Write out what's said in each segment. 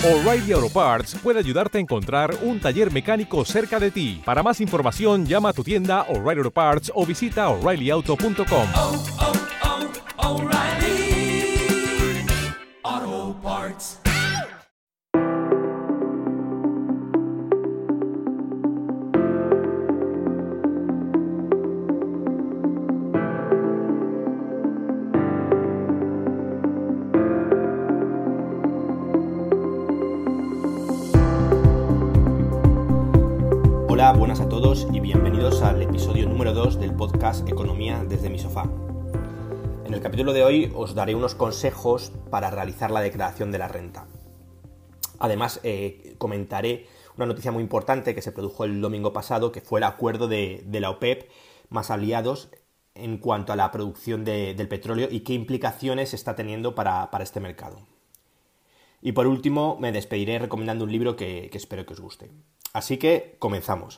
O'Reilly Auto Parts puede ayudarte a encontrar un taller mecánico cerca de ti. Para más información, llama a tu tienda O'Reilly Auto Parts o visita O'ReillyAuto.com. O'Reilly Auto Parts. Hola, buenas a todos y bienvenidos al episodio número 2 del podcast Economía desde mi sofá. En el capítulo de hoy os daré unos consejos para realizar la declaración de la renta. Además, comentaré una noticia muy importante que se produjo el domingo pasado, que fue el acuerdo de la OPEP más aliados en cuanto a la producción del petróleo y qué implicaciones está teniendo para este mercado. Y por último, me despediré recomendando un libro que espero que os guste. Así que comenzamos.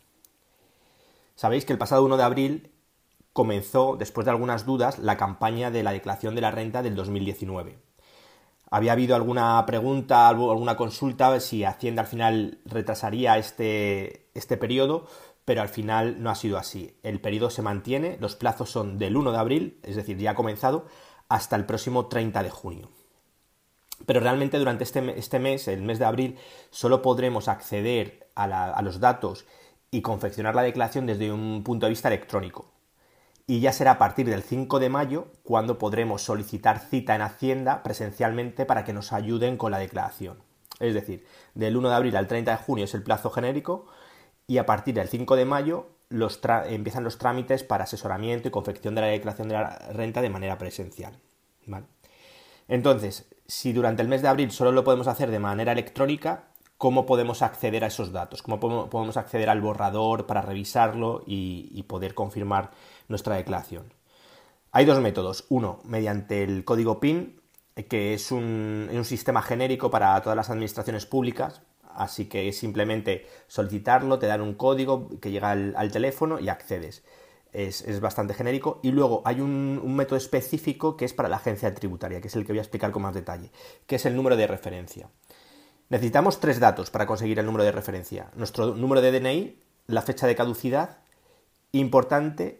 Sabéis que el pasado 1 de abril comenzó, después de algunas dudas, la campaña de la declaración de la renta del 2019. Había habido alguna pregunta, alguna consulta, si Hacienda al final retrasaría este periodo, pero al final no ha sido así. El periodo se mantiene, los plazos son del 1 de abril, es decir, ya ha comenzado, hasta el próximo 30 de junio. Pero realmente durante este mes, el mes de abril, solo podremos acceder a los datos y confeccionar la declaración desde un punto de vista electrónico. Y ya será a partir del 5 de mayo cuando podremos solicitar cita en Hacienda presencialmente para que nos ayuden con la declaración. Es decir, del 1 de abril al 30 de junio es el plazo genérico y a partir del 5 de mayo empiezan los trámites para asesoramiento y confección de la declaración de la renta de manera presencial. ¿Vale? Entonces, si durante el mes de abril solo lo podemos hacer de manera electrónica, ¿cómo podemos acceder a esos datos? ¿Cómo podemos acceder al borrador para revisarlo y poder confirmar nuestra declaración? Hay dos métodos. Uno, mediante el código PIN, que es un sistema genérico para todas las administraciones públicas, así que es simplemente solicitarlo, te dan un código que llega al teléfono y accedes. Es bastante genérico. Y luego hay un método específico que es para la agencia tributaria, que es el que voy a explicar con más detalle, que es el número de referencia. Necesitamos 3 datos para conseguir el número de referencia. Nuestro número de DNI, la fecha de caducidad, importante,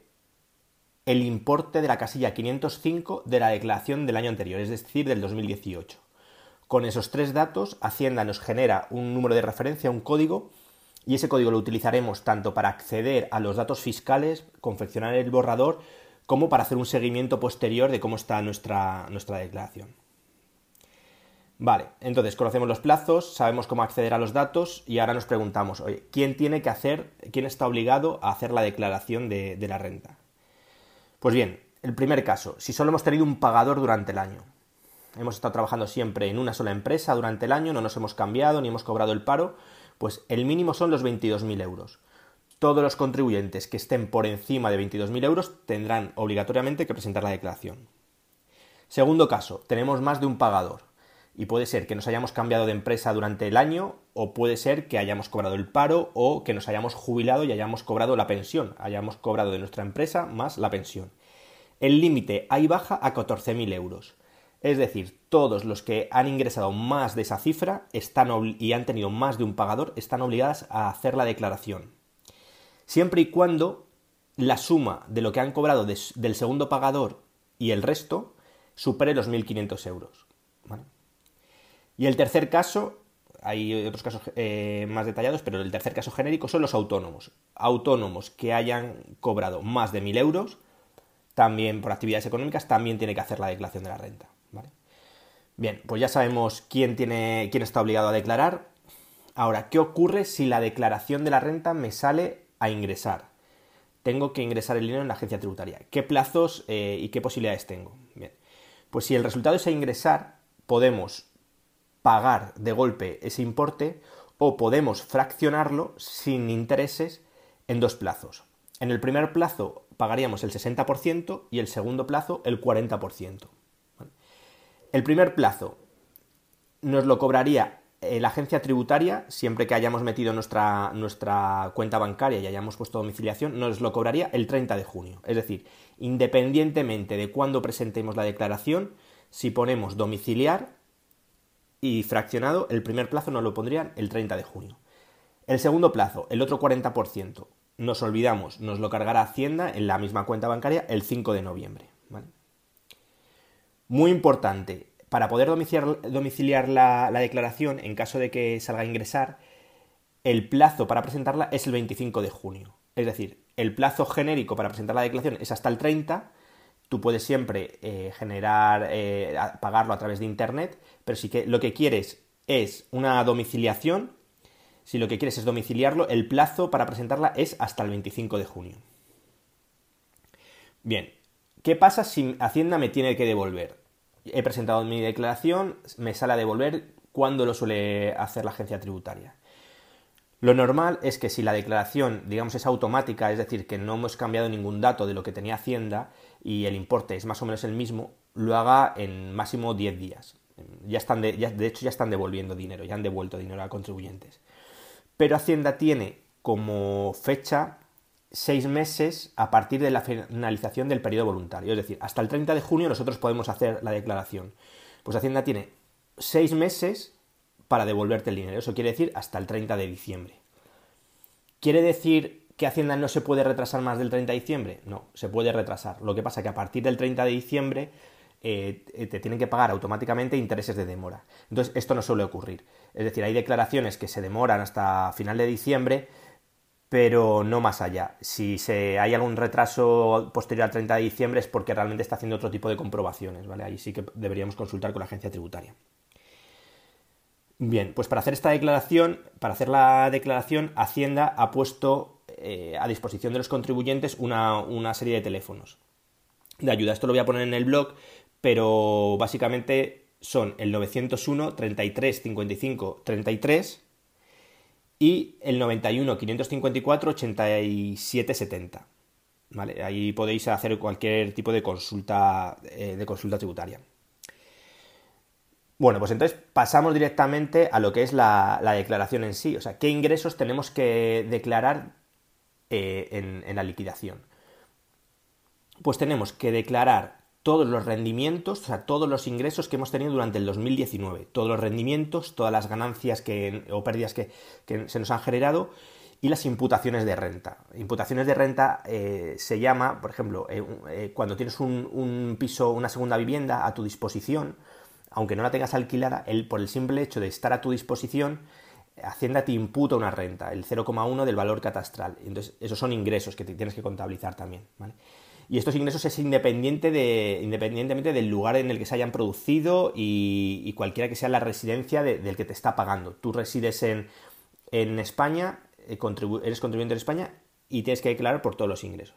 el importe de la casilla 505 de la declaración del año anterior, es decir, del 2018. Con esos 3 datos, Hacienda nos genera un número de referencia, un código, y ese código lo utilizaremos tanto para acceder a los datos fiscales, confeccionar el borrador, como para hacer un seguimiento posterior de cómo está nuestra declaración. Vale, entonces conocemos los plazos, sabemos cómo acceder a los datos y ahora nos preguntamos, oye, ¿quién está obligado a hacer la declaración de la renta? Pues bien, el primer caso, si solo hemos tenido un pagador durante el año. Hemos estado trabajando siempre en una sola empresa durante el año, no nos hemos cambiado ni hemos cobrado el paro, pues el mínimo son los 22.000 euros. Todos los contribuyentes que estén por encima de 22.000 euros tendrán obligatoriamente que presentar la declaración. Segundo caso, tenemos más de un pagador. Y puede ser que nos hayamos cambiado de empresa durante el año o puede ser que hayamos cobrado el paro o que nos hayamos jubilado y hayamos cobrado la pensión. Hayamos cobrado de nuestra empresa más la pensión. El límite ahí baja a 14.000 euros. Es decir, todos los que han ingresado más de esa cifra y han tenido más de un pagador están obligadas a hacer la declaración. Siempre y cuando la suma de lo que han cobrado del segundo pagador y el resto supere los 1.500 euros. ¿Vale? Y el tercer caso, hay otros casos más detallados, pero el tercer caso genérico son los autónomos. Autónomos que hayan cobrado más de 1.000 euros, también por actividades económicas, también tiene que hacer la declaración de la renta. ¿Vale? Bien, pues ya sabemos quién está obligado a declarar. Ahora, ¿qué ocurre si la declaración de la renta me sale a ingresar? Tengo que ingresar el dinero en la agencia tributaria. ¿Qué plazos y qué posibilidades tengo? Bien, pues si el resultado es a ingresar, podemos pagar de golpe ese importe o podemos fraccionarlo sin intereses en 2 plazos. En el primer plazo pagaríamos el 60% y el segundo plazo el 40%. ¿Vale? El primer plazo nos lo cobraría la agencia tributaria, siempre que hayamos metido nuestra cuenta bancaria y hayamos puesto domiciliación, nos lo cobraría el 30 de junio. Es decir, independientemente de cuándo presentemos la declaración, si ponemos domiciliar, y fraccionado, el primer plazo nos lo pondrían el 30 de junio. El segundo plazo, el otro 40%, nos olvidamos, nos lo cargará Hacienda en la misma cuenta bancaria el 5 de noviembre. ¿Vale? Muy importante, para poder domiciliar la declaración, en caso de que salga a ingresar, el plazo para presentarla es el 25 de junio. Es decir, el plazo genérico para presentar la declaración es hasta el 30. Tú puedes siempre pagarlo a través de internet, pero si que lo que quieres es una domiciliación, si lo que quieres es domiciliarlo, el plazo para presentarla es hasta el 25 de junio. Bien, ¿qué pasa si Hacienda me tiene que devolver? He presentado mi declaración, me sale a devolver. ¿Cuándo lo suele hacer la agencia tributaria? Lo normal es que si la declaración, digamos, es automática, es decir, que no hemos cambiado ningún dato de lo que tenía Hacienda y el importe es más o menos el mismo, lo haga en máximo 10 días. De hecho, ya están devolviendo dinero, ya han devuelto dinero a contribuyentes. Pero Hacienda tiene como fecha 6 meses a partir de la finalización del periodo voluntario. Es decir, hasta el 30 de junio nosotros podemos hacer la declaración. Pues Hacienda tiene 6 meses para devolverte el dinero. Eso quiere decir hasta el 30 de diciembre. ¿Quiere decir que Hacienda no se puede retrasar más del 30 de diciembre? No, se puede retrasar. Lo que pasa es que a partir del 30 de diciembre te tienen que pagar automáticamente intereses de demora. Entonces, esto no suele ocurrir. Es decir, hay declaraciones que se demoran hasta final de diciembre, pero no más allá. Si hay algún retraso posterior al 30 de diciembre es porque realmente está haciendo otro tipo de comprobaciones, ¿vale? Ahí sí que deberíamos consultar con la agencia tributaria. Bien, pues para hacer la declaración, Hacienda ha puesto a disposición de los contribuyentes una serie de teléfonos de ayuda. Esto lo voy a poner en el blog, pero básicamente son el 901 33 55 33 y el 91 554 87 70. ¿Vale? Ahí podéis hacer cualquier tipo de consulta tributaria. Bueno, pues entonces pasamos directamente a lo que es la declaración en sí. O sea, ¿qué ingresos tenemos que declarar en la liquidación? Pues tenemos que declarar todos los rendimientos, o sea, todos los ingresos que hemos tenido durante el 2019. Todos los rendimientos, todas las ganancias o pérdidas que se nos han generado y las imputaciones de renta. Imputaciones de renta se llama, por ejemplo, cuando tienes un piso, una segunda vivienda a tu disposición, aunque no la tengas alquilada, por el simple hecho de estar a tu disposición, Hacienda te imputa una renta, el 0,1 del valor catastral. Entonces, esos son ingresos que te tienes que contabilizar también, ¿vale? Y estos ingresos es independientemente del lugar en el que se hayan producido y cualquiera que sea la residencia del que te está pagando. Tú resides en España, eres contribuyente en España y tienes que declarar por todos los ingresos.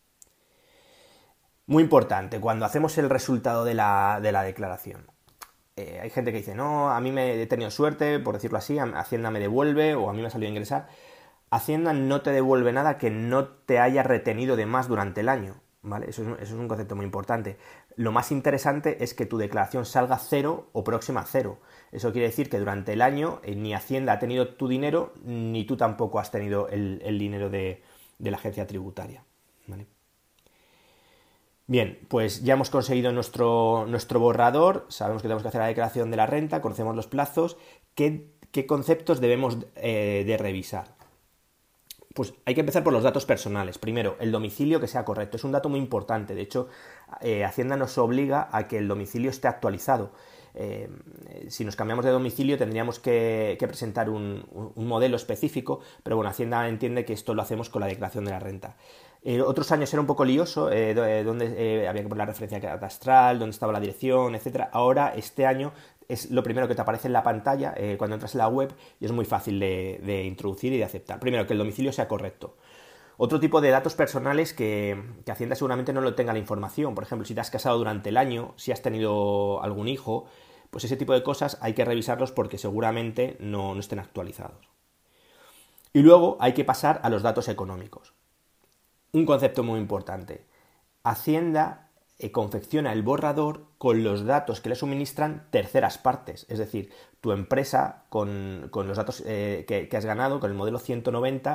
Muy importante, cuando hacemos el resultado de la declaración. Hay gente que dice, no, a mí me he tenido suerte, por decirlo así, Hacienda me devuelve o a mí me ha salido a ingresar. Hacienda no te devuelve nada que no te haya retenido de más durante el año, ¿vale? Eso es un concepto muy importante. Lo más interesante es que tu declaración salga cero o próxima a cero. Eso quiere decir que durante el año ni Hacienda ha tenido tu dinero, ni tú tampoco has tenido el dinero de la agencia tributaria, ¿vale? Bien, pues ya hemos conseguido nuestro borrador, sabemos que tenemos que hacer la declaración de la renta, conocemos los plazos. ¿Qué conceptos debemos de revisar? Pues hay que empezar por los datos personales. Primero, el domicilio que sea correcto. Es un dato muy importante. De hecho, Hacienda nos obliga a que el domicilio esté actualizado. Si nos cambiamos de domicilio tendríamos que presentar un modelo específico, pero bueno, Hacienda entiende que esto lo hacemos con la declaración de la renta. Otros años era un poco lioso, donde había que poner la referencia catastral, dónde estaba la dirección, etc. Ahora, este año, es lo primero que te aparece en la pantalla cuando entras en la web y es muy fácil de introducir y de aceptar. Primero, que el domicilio sea correcto. Otro tipo de datos personales que Hacienda seguramente no lo tenga la información. Por ejemplo, si te has casado durante el año, si has tenido algún hijo, pues ese tipo de cosas hay que revisarlos porque seguramente no estén actualizados. Y luego hay que pasar a los datos económicos. Un concepto muy importante. Hacienda confecciona el borrador con los datos que le suministran terceras partes. Es decir, tu empresa con los datos que has ganado, con el modelo 190,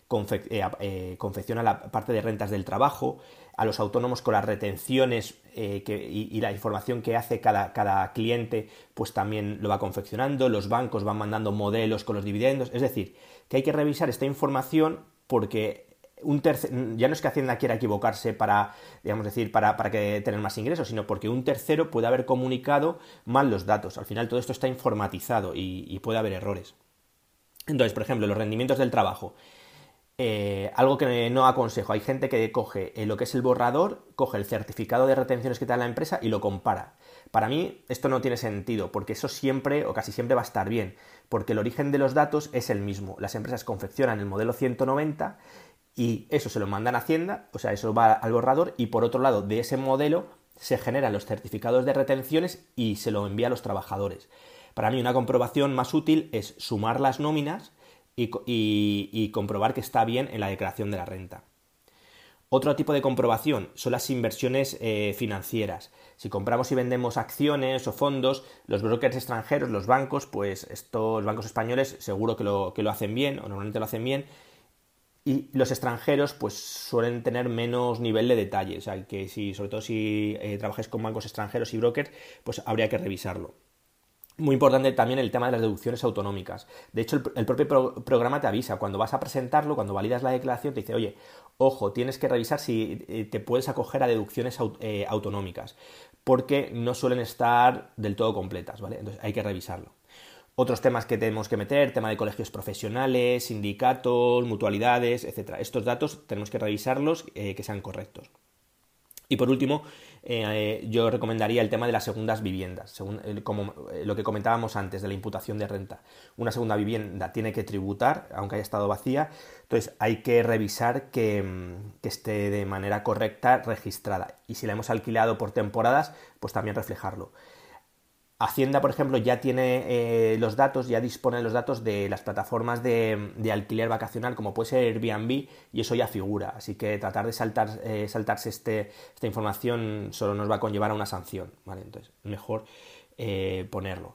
confecciona la parte de rentas del trabajo, a los autónomos con las retenciones y la información que hace cada cliente, pues también lo va confeccionando, los bancos van mandando modelos con los dividendos, es decir, que hay que revisar esta información porque ya no es que Hacienda quiera equivocarse para que tener más ingresos, sino porque un tercero puede haber comunicado mal los datos. Al final todo esto está informatizado y puede haber errores. Entonces, por ejemplo, los rendimientos del trabajo. Algo que no aconsejo, hay gente que coge lo que es el borrador, coge el certificado de retenciones que te da la empresa y lo compara. Para mí esto no tiene sentido, porque eso siempre o casi siempre va a estar bien, porque el origen de los datos es el mismo. Las empresas confeccionan el modelo 190 y eso se lo mandan a Hacienda, o sea, eso va al borrador y por otro lado de ese modelo se generan los certificados de retenciones y se lo envía a los trabajadores. Para mí una comprobación más útil es sumar las nóminas y comprobar que está bien en la declaración de la renta. Otro tipo de comprobación son las inversiones financieras. Si compramos y vendemos acciones o fondos, los brokers extranjeros, los bancos, pues estos bancos españoles seguro que lo hacen bien, o normalmente lo hacen bien, y los extranjeros pues suelen tener menos nivel de detalle, o sea que sobre todo si trabajáis con bancos extranjeros y brokers, pues habría que revisarlo. Muy importante también el tema de las deducciones autonómicas. De hecho, el propio programa te avisa, cuando vas a presentarlo, cuando validas la declaración, te dice, oye, ojo, tienes que revisar si te puedes acoger a deducciones autonómicas, porque no suelen estar del todo completas, ¿vale? Entonces hay que revisarlo. Otros temas que tenemos que meter, tema de colegios profesionales, sindicatos, mutualidades, etc. Estos datos tenemos que revisarlos, que sean correctos. Y por último, yo recomendaría el tema de las segundas viviendas, como lo que comentábamos antes de la imputación de renta. Una segunda vivienda tiene que tributar, aunque haya estado vacía, entonces hay que revisar que esté de manera correcta registrada. Y si la hemos alquilado por temporadas, pues también reflejarlo. Hacienda, por ejemplo, ya tiene los datos, ya dispone de los datos de las plataformas de alquiler vacacional, como puede ser Airbnb, y eso ya figura. Así que tratar de saltarse esta información solo nos va a conllevar a una sanción, ¿vale? Entonces, mejor ponerlo.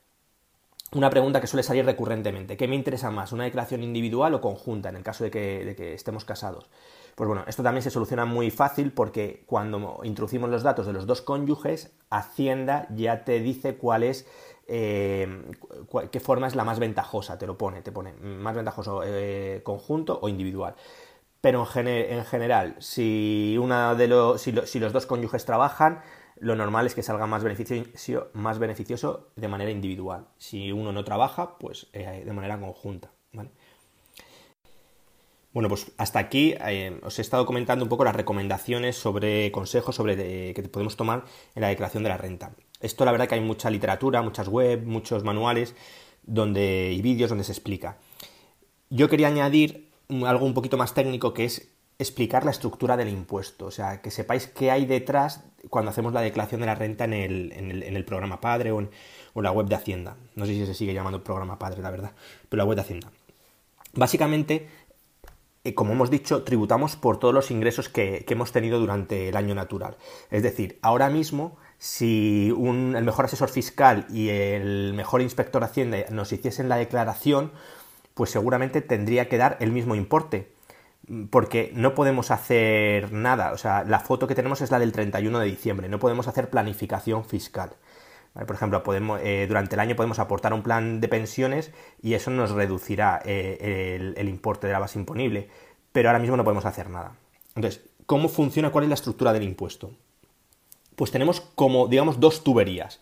Una pregunta que suele salir recurrentemente: ¿qué me interesa más, una declaración individual o conjunta en el caso de que estemos casados? Pues bueno, esto también se soluciona muy fácil porque cuando introducimos los datos de los dos cónyuges, Hacienda ya te dice qué forma es la más ventajosa, te pone más ventajoso conjunto o individual. Pero en general, si los dos cónyuges trabajan, lo normal es que salga más beneficioso de manera individual. Si uno no trabaja, pues de manera conjunta, ¿vale? Bueno, pues hasta aquí os he estado comentando un poco las recomendaciones consejos que podemos tomar en la declaración de la renta. Esto la verdad que hay mucha literatura, muchas webs, muchos manuales y vídeos donde se explica. Yo quería añadir algo un poquito más técnico, que es explicar la estructura del impuesto, o sea, que sepáis qué hay detrás cuando hacemos la declaración de la renta en el programa Padre o en la web de Hacienda. No sé si se sigue llamando programa Padre, la verdad, pero la web de Hacienda. Básicamente, como hemos dicho, tributamos por todos los ingresos que hemos tenido durante el año natural. Es decir, ahora mismo, si el mejor asesor fiscal y el mejor inspector de Hacienda nos hiciesen la declaración, pues seguramente tendría que dar el mismo importe, porque no podemos hacer nada. O sea, la foto que tenemos es la del 31 de diciembre, no podemos hacer planificación fiscal. ¿Vale? Por ejemplo, durante el año podemos aportar un plan de pensiones y eso nos reducirá el importe de la base imponible, pero ahora mismo no podemos hacer nada. Entonces, ¿cómo funciona? ¿Cuál es la estructura del impuesto? Pues tenemos como, digamos, dos tuberías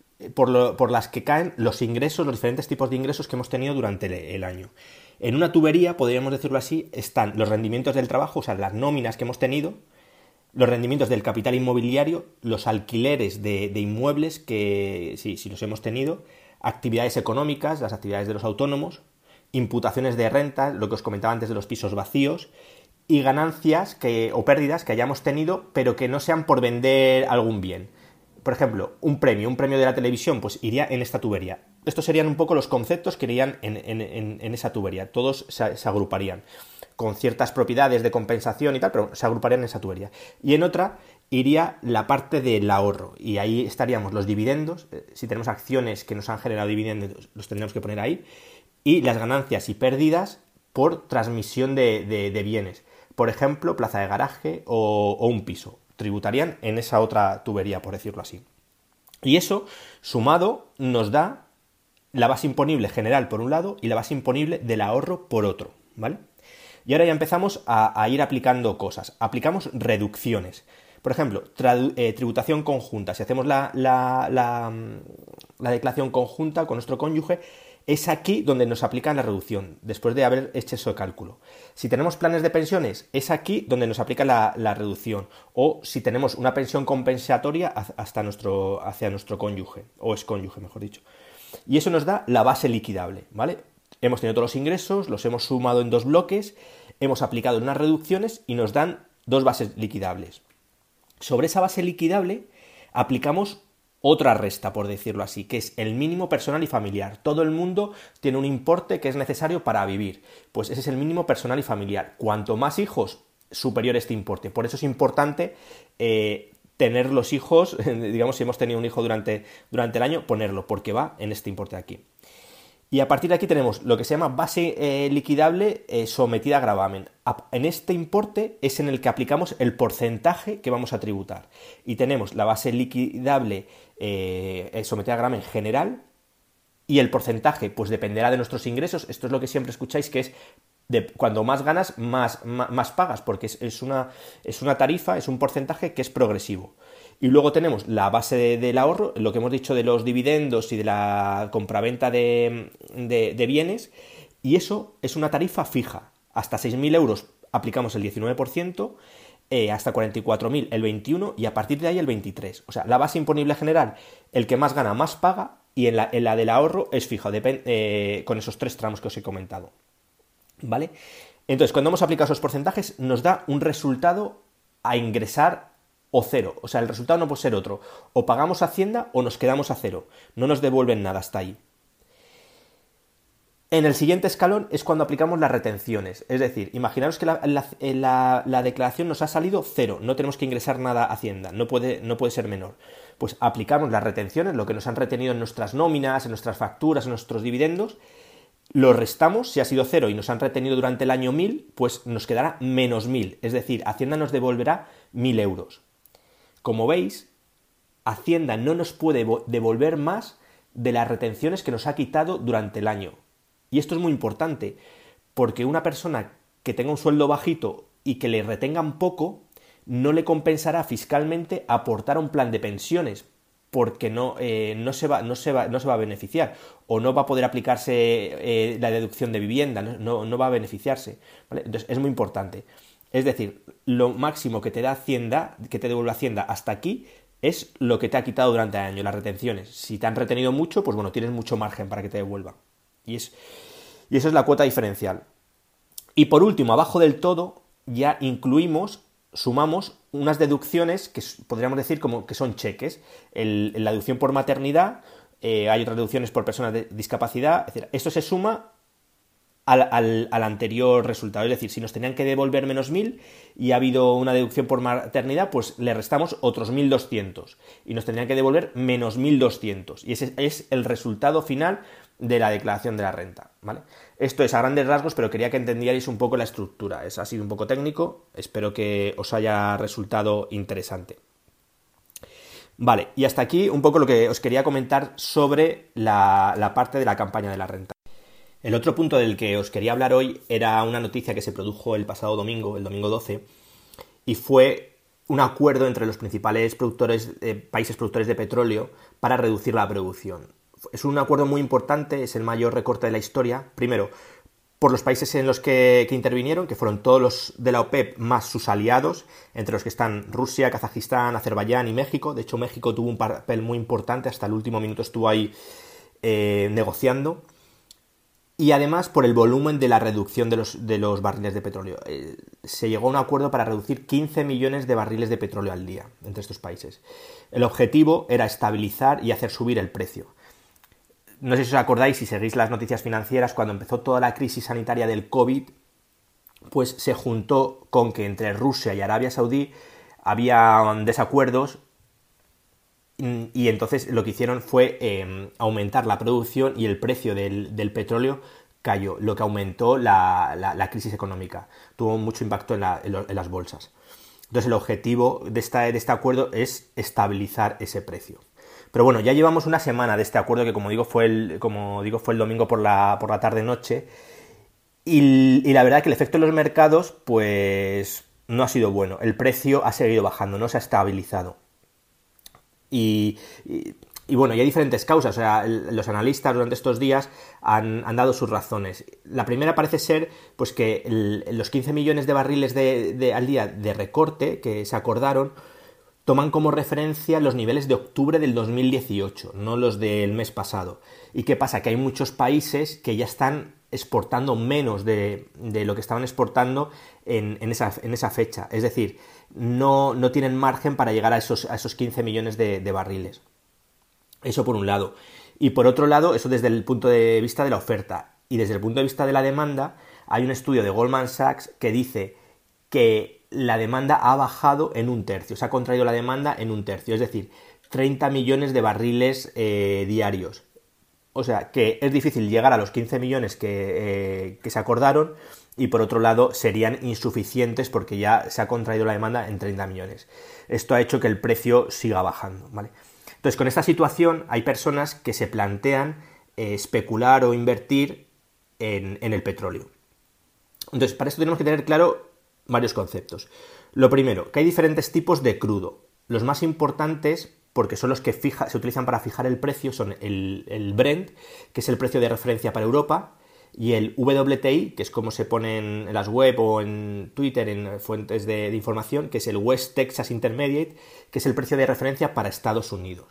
por las que caen los diferentes tipos de ingresos que hemos tenido durante el año. En una tubería, podríamos decirlo así, están los rendimientos del trabajo, o sea, las nóminas que hemos tenido, los rendimientos del capital inmobiliario, los alquileres de inmuebles que si los hemos tenido, actividades económicas, las actividades de los autónomos, imputaciones de renta, lo que os comentaba antes de los pisos vacíos, y ganancias o pérdidas que hayamos tenido, pero que no sean por vender algún bien. Por ejemplo, un premio de la televisión, pues iría en esta tubería. Estos serían un poco los conceptos que irían en esa tubería. Todos se agruparían con ciertas propiedades de compensación y tal, pero se agruparían en esa tubería. Y en otra iría la parte del ahorro, y ahí estaríamos los dividendos. Si tenemos acciones que nos han generado dividendos, los tendríamos que poner ahí, y las ganancias y pérdidas por transmisión de bienes. Por ejemplo, plaza de garaje o un piso. Tributarían en esa otra tubería, por decirlo así. Y eso, sumado, nos da la base imponible general por un lado y la base imponible del ahorro por otro, ¿vale? Y ahora ya empezamos a ir aplicando cosas. Aplicamos reducciones. Por ejemplo, tributación conjunta. Si hacemos la declaración conjunta con nuestro cónyuge, es aquí donde nos aplican la reducción, después de haber hecho ese cálculo. Si tenemos planes de pensiones, es aquí donde nos aplica la reducción. O si tenemos una pensión compensatoria hacia nuestro cónyuge, o excónyuge, mejor dicho. Y eso nos da la base liquidable, ¿vale? Hemos tenido todos los ingresos, los hemos sumado en dos bloques, hemos aplicado unas reducciones y nos dan dos bases liquidables. Sobre esa base liquidable aplicamos otra resta, por decirlo así, que es el mínimo personal y familiar. Todo el mundo tiene un importe que es necesario para vivir. Pues ese es el mínimo personal y familiar. Cuanto más hijos, superior este importe. Por eso es importante tener los hijos, digamos, si hemos tenido un hijo durante el año, ponerlo, porque va en este importe de aquí. Y a partir de aquí tenemos lo que se llama base liquidable sometida a gravamen. En este importe es en el que aplicamos el porcentaje que vamos a tributar. Y tenemos la base liquidable sometida a gravamen general y el porcentaje pues dependerá de nuestros ingresos. Esto es lo que siempre escucháis, que es cuando más ganas, más pagas, porque es una tarifa, es un porcentaje que es progresivo. Y luego tenemos la base del ahorro, lo que hemos dicho de los dividendos y de la compraventa de bienes, y eso es una tarifa fija. Hasta 6.000 euros aplicamos el 19%, hasta 44.000 el 21% y a partir de ahí el 23%. O sea, la base imponible general, el que más gana más paga, y en la del ahorro es fija, con esos tres tramos que os he comentado. ¿Vale? Entonces, cuando hemos aplicado esos porcentajes, nos da un resultado a ingresar o cero. O sea, el resultado no puede ser otro. O pagamos Hacienda o nos quedamos a cero. No nos devuelven nada hasta ahí. En el siguiente escalón es cuando aplicamos las retenciones. Es decir, imaginaros que la declaración nos ha salido cero. No tenemos que ingresar nada a Hacienda. No puede ser menor. Pues aplicamos las retenciones, lo que nos han retenido en nuestras nóminas, en nuestras facturas, en nuestros dividendos. Lo restamos, si ha sido cero y nos han retenido durante el año 1.000, pues nos quedará menos 1.000. Es decir, Hacienda nos devolverá 1.000 euros. Como veis, Hacienda no nos puede devolver más de las retenciones que nos ha quitado durante el año. Y esto es muy importante, porque una persona que tenga un sueldo bajito y que le retengan poco, no le compensará fiscalmente aportar a un plan de pensiones, porque no se va a beneficiar, o no va a poder aplicarse la deducción de vivienda, no va a beneficiarse, ¿vale? Entonces es muy importante. Es decir, lo máximo que te da Hacienda, que te devuelve Hacienda hasta aquí, es lo que te ha quitado durante el año, las retenciones. Si te han retenido mucho, pues bueno, tienes mucho margen para que te devuelva. Y eso es la cuota diferencial. Y por último, abajo del todo, ya sumamos unas deducciones que podríamos decir como que son cheques. La deducción por maternidad, hay otras deducciones por personas de discapacidad, etc. Esto se suma al anterior resultado. Es decir, si nos tenían que devolver menos 1.000 y ha habido una deducción por maternidad, pues le restamos otros 1.200 y nos tendrían que devolver menos 1.200. Y ese es el resultado final de la declaración de la renta, ¿vale? Esto es a grandes rasgos, pero quería que entendierais un poco la estructura. Ha sido un poco técnico, espero que os haya resultado interesante. Vale, y hasta aquí un poco lo que os quería comentar sobre la parte de la campaña de la renta. El otro punto del que os quería hablar hoy era una noticia que se produjo el pasado domingo, el domingo 12, y fue un acuerdo entre los principales países productores de petróleo para reducir la producción. Es un acuerdo muy importante, es el mayor recorte de la historia, primero, por los países en los que intervinieron, que fueron todos los de la OPEP más sus aliados, entre los que están Rusia, Kazajistán, Azerbaiyán y México. De hecho, México tuvo un papel muy importante, hasta el último minuto estuvo ahí negociando. Y además por el volumen de la reducción de los barriles de petróleo. Se llegó a un acuerdo para reducir 15 millones de barriles de petróleo al día entre estos países. El objetivo era estabilizar y hacer subir el precio. No sé si os acordáis, si seguís las noticias financieras, cuando empezó toda la crisis sanitaria del COVID, pues se juntó con que entre Rusia y Arabia Saudí había desacuerdos y entonces lo que hicieron fue aumentar la producción y el precio del petróleo cayó, lo que aumentó la crisis económica. Tuvo mucho impacto en las bolsas. Entonces el objetivo de este acuerdo es estabilizar ese precio. Pero bueno, ya llevamos una semana de este acuerdo que, como digo, fue el domingo por la tarde-noche. Y la verdad que el efecto en los mercados, pues, no ha sido bueno. El precio ha seguido bajando, no se ha estabilizado. Y bueno, y hay diferentes causas. O sea, los analistas durante estos días han dado sus razones. La primera parece ser pues que los 15 millones de barriles al día de recorte que se acordaron toman como referencia los niveles de octubre del 2018, no los del mes pasado. ¿Y qué pasa? Que hay muchos países que ya están exportando menos de lo que estaban exportando en esa fecha. Es decir, no tienen margen para llegar a esos 15 millones de barriles. Eso por un lado. Y por otro lado, eso desde el punto de vista de la oferta. Y desde el punto de vista de la demanda, hay un estudio de Goldman Sachs que dice que la demanda ha bajado en un tercio, se ha contraído la demanda en un tercio, es decir, 30 millones de barriles diarios. O sea, que es difícil llegar a los 15 millones que se acordaron y por otro lado serían insuficientes porque ya se ha contraído la demanda en 30 millones. Esto ha hecho que el precio siga bajando, ¿vale? Entonces, con esta situación hay personas que se plantean especular o invertir en el petróleo. Entonces, para esto tenemos que tener claro varios conceptos. Lo primero, que hay diferentes tipos de crudo. Los más importantes, porque son los que se utilizan para fijar el precio, son el Brent, que es el precio de referencia para Europa, y el WTI, que es como se pone en las web o en Twitter, en fuentes de información, que es el West Texas Intermediate, que es el precio de referencia para Estados Unidos.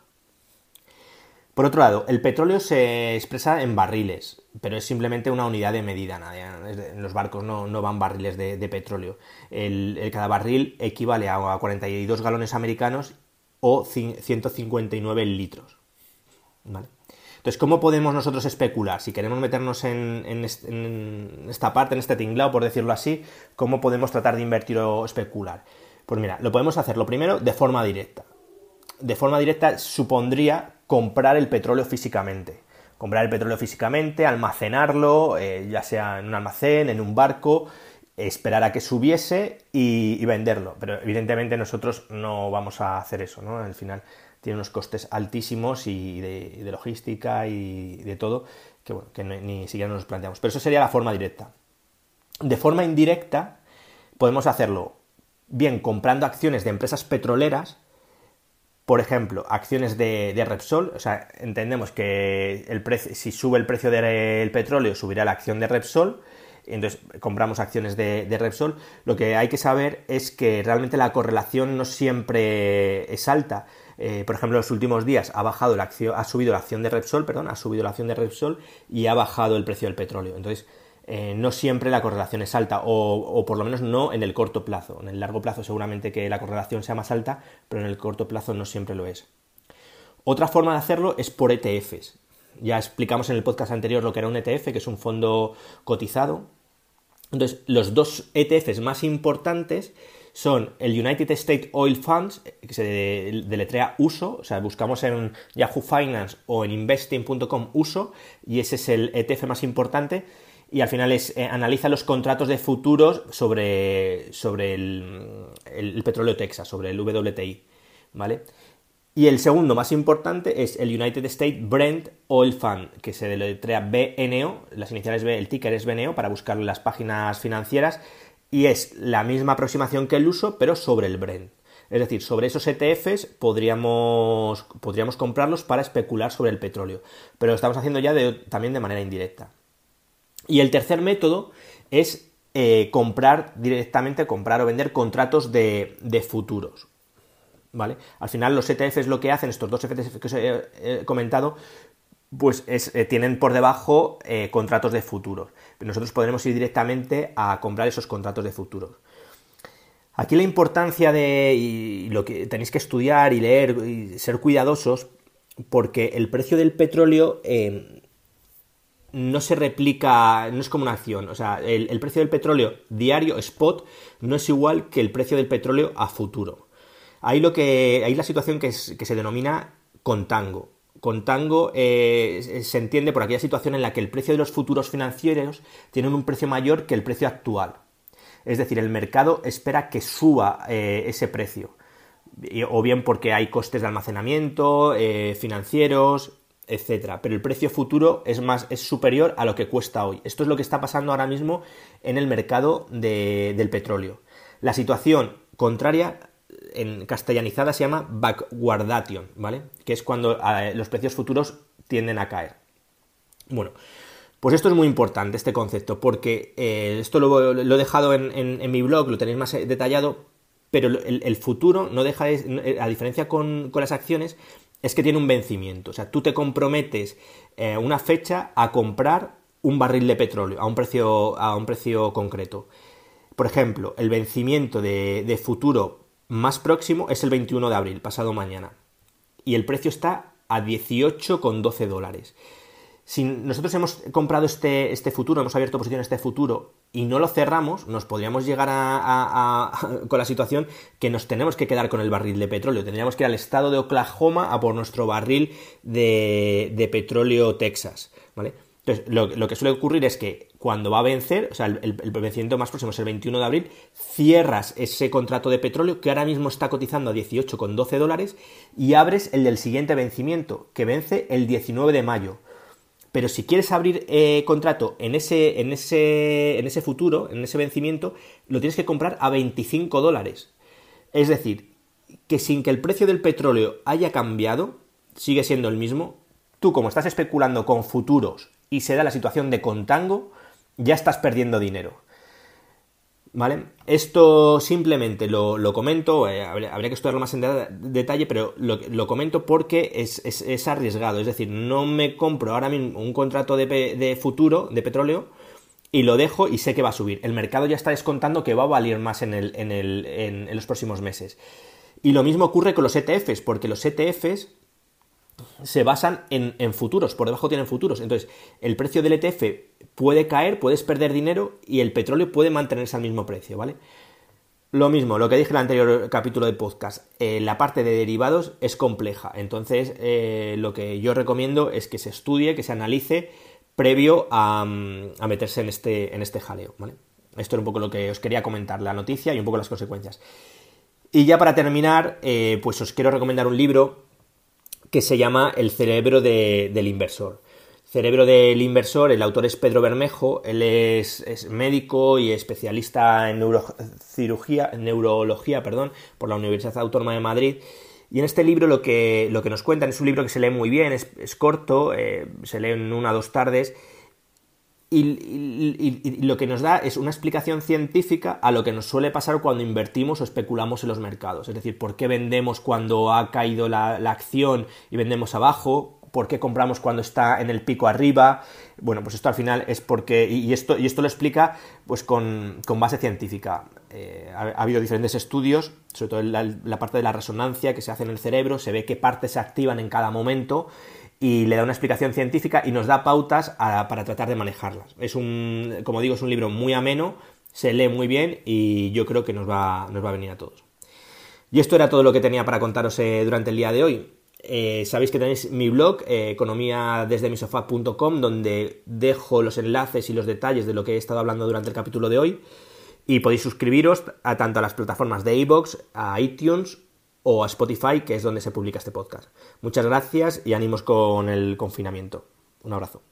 Por otro lado, el petróleo se expresa en barriles, pero es simplemente una unidad de medida. En los barcos no van barriles de petróleo. Cada barril equivale a 42 galones americanos o 159 litros. ¿Vale? Entonces, ¿cómo podemos nosotros especular? Si queremos meternos en esta parte, en este tinglao, por decirlo así, ¿cómo podemos tratar de invertir o especular? Pues mira, lo podemos hacer lo primero de forma directa. De forma directa supondría comprar el petróleo físicamente. Comprar el petróleo físicamente, almacenarlo, ya sea en un almacén, en un barco, esperar a que subiese y venderlo. Pero evidentemente nosotros no vamos a hacer eso, ¿no? Al final tiene unos costes altísimos y de logística y de todo que ni siquiera nos planteamos. Pero eso sería la forma directa. De forma indirecta podemos hacerlo bien comprando acciones de empresas petroleras. Por ejemplo, acciones de Repsol, o sea, entendemos que si sube el precio del petróleo, subirá la acción de Repsol, entonces compramos acciones de Repsol. Lo que hay que saber es que realmente la correlación no siempre es alta. Por ejemplo, en los últimos días ha subido la acción de Repsol y ha bajado el precio del petróleo. Entonces, no siempre la correlación es alta, o por lo menos no en el corto plazo. En el largo plazo seguramente que la correlación sea más alta, pero en el corto plazo no siempre lo es. Otra forma de hacerlo es por ETFs. Ya explicamos en el podcast anterior lo que era un ETF, que es un fondo cotizado. Entonces, los dos ETFs más importantes son el United States Oil Funds, que se deletrea USO, o sea, buscamos en Yahoo Finance o en investing.com USO, y ese es el ETF más importante. Y al final analiza los contratos de futuros sobre el petróleo Texas, sobre el WTI, ¿vale? Y el segundo más importante es el United States Brent Oil Fund, que se deletrea BNO, las iniciales B, el ticker es BNO, para buscar las páginas financieras, y es la misma aproximación que el uso, pero sobre el Brent. Es decir, sobre esos ETFs podríamos comprarlos para especular sobre el petróleo, pero lo estamos haciendo ya también de manera indirecta. Y el tercer método es comprar o vender contratos de futuros, ¿vale? Al final los ETFs lo que hacen, estos dos ETFs que os he comentado, pues tienen por debajo contratos de futuros. Pero nosotros podremos ir directamente a comprar esos contratos de futuros. Aquí la importancia y lo que tenéis que estudiar y leer y ser cuidadosos, porque el precio del petróleo no se replica, no es como una acción. O sea, el precio del petróleo diario, spot, no es igual que el precio del petróleo a futuro. Ahí la situación que se denomina contango. Contango se entiende por aquella situación en la que el precio de los futuros financieros tienen un precio mayor que el precio actual. Es decir, el mercado espera que suba ese precio. O bien porque hay costes de almacenamiento, financieros, etcétera. Pero el precio futuro es superior a lo que cuesta hoy. Esto es lo que está pasando ahora mismo en el mercado del petróleo. La situación contraria, en castellanizada, se llama backwardation, ¿vale? Que es cuando los precios futuros tienden a caer. Bueno, pues esto es muy importante, este concepto, porque esto lo he dejado en mi blog, lo tenéis más detallado, pero el futuro no deja de, a diferencia con las acciones, es que tiene un vencimiento. O sea, tú te comprometes una fecha a comprar un barril de petróleo a un precio concreto. Por ejemplo, el vencimiento de futuro más próximo es el 21 de abril, pasado mañana. Y el precio está a $18,12. Si nosotros hemos comprado este futuro, hemos abierto posición en este futuro y no lo cerramos, nos podríamos llegar con la situación que nos tenemos que quedar con el barril de petróleo. Tendríamos que ir al estado de Oklahoma a por nuestro barril de petróleo Texas, ¿vale? Entonces, lo que suele ocurrir es que cuando va a vencer, o sea, el vencimiento más próximo es el 21 de abril, cierras ese contrato de petróleo que ahora mismo está cotizando a $18,12 y abres el del siguiente vencimiento, que vence el 19 de mayo. Pero si quieres abrir contrato en ese futuro, en ese vencimiento, lo tienes que comprar a $25. Es decir, que sin que el precio del petróleo haya cambiado, sigue siendo el mismo. Tú, como estás especulando con futuros y se da la situación de contango, ya estás perdiendo dinero. ¿Vale? Esto simplemente lo comento, habría que estudiarlo más en detalle, pero lo comento porque es arriesgado. Es decir, no me compro ahora mismo un contrato de futuro, de petróleo, y lo dejo y sé que va a subir. El mercado ya está descontando que va a valer más en los próximos meses. Y lo mismo ocurre con los ETFs, porque los ETFs se basan en futuros, por debajo tienen futuros. Entonces, el precio del ETF puede caer, puedes perder dinero y el petróleo puede mantenerse al mismo precio, ¿vale? Lo mismo, lo que dije en el anterior capítulo de podcast, la parte de derivados es compleja. Entonces, lo que yo recomiendo es que se estudie, que se analice previo a meterse en este jaleo, ¿vale? Esto era un poco lo que os quería comentar, la noticia y un poco las consecuencias. Y ya para terminar, pues os quiero recomendar un libro que se llama El cerebro del inversor. Cerebro del inversor, el autor es Pedro Bermejo, él es médico y especialista en neurología, por la Universidad Autónoma de Madrid. Y en este libro lo que nos cuentan es un libro que se lee muy bien, es corto, se lee en 1 o 2 tardes, y lo que nos da es una explicación científica a lo que nos suele pasar cuando invertimos o especulamos en los mercados. Es decir, por qué vendemos cuando ha caído la acción y vendemos abajo, por qué compramos cuando está en el pico arriba. Bueno, pues esto al final es porque... Y esto lo explica pues con base científica. Ha habido diferentes estudios, sobre todo en la parte de la resonancia que se hace en el cerebro, se ve qué partes se activan en cada momento y le da una explicación científica y nos da pautas para tratar de manejarlas. Como digo, es un libro muy ameno, se lee muy bien y yo creo que nos va a venir a todos. Y esto era todo lo que tenía para contaros durante el día de hoy. Sabéis que tenéis mi blog, economiadesdemisofá.com, donde dejo los enlaces y los detalles de lo que he estado hablando durante el capítulo de hoy, y podéis suscribiros tanto a las plataformas de iVoox, a iTunes o a Spotify, que es donde se publica este podcast. Muchas gracias y ánimos con el confinamiento. Un abrazo.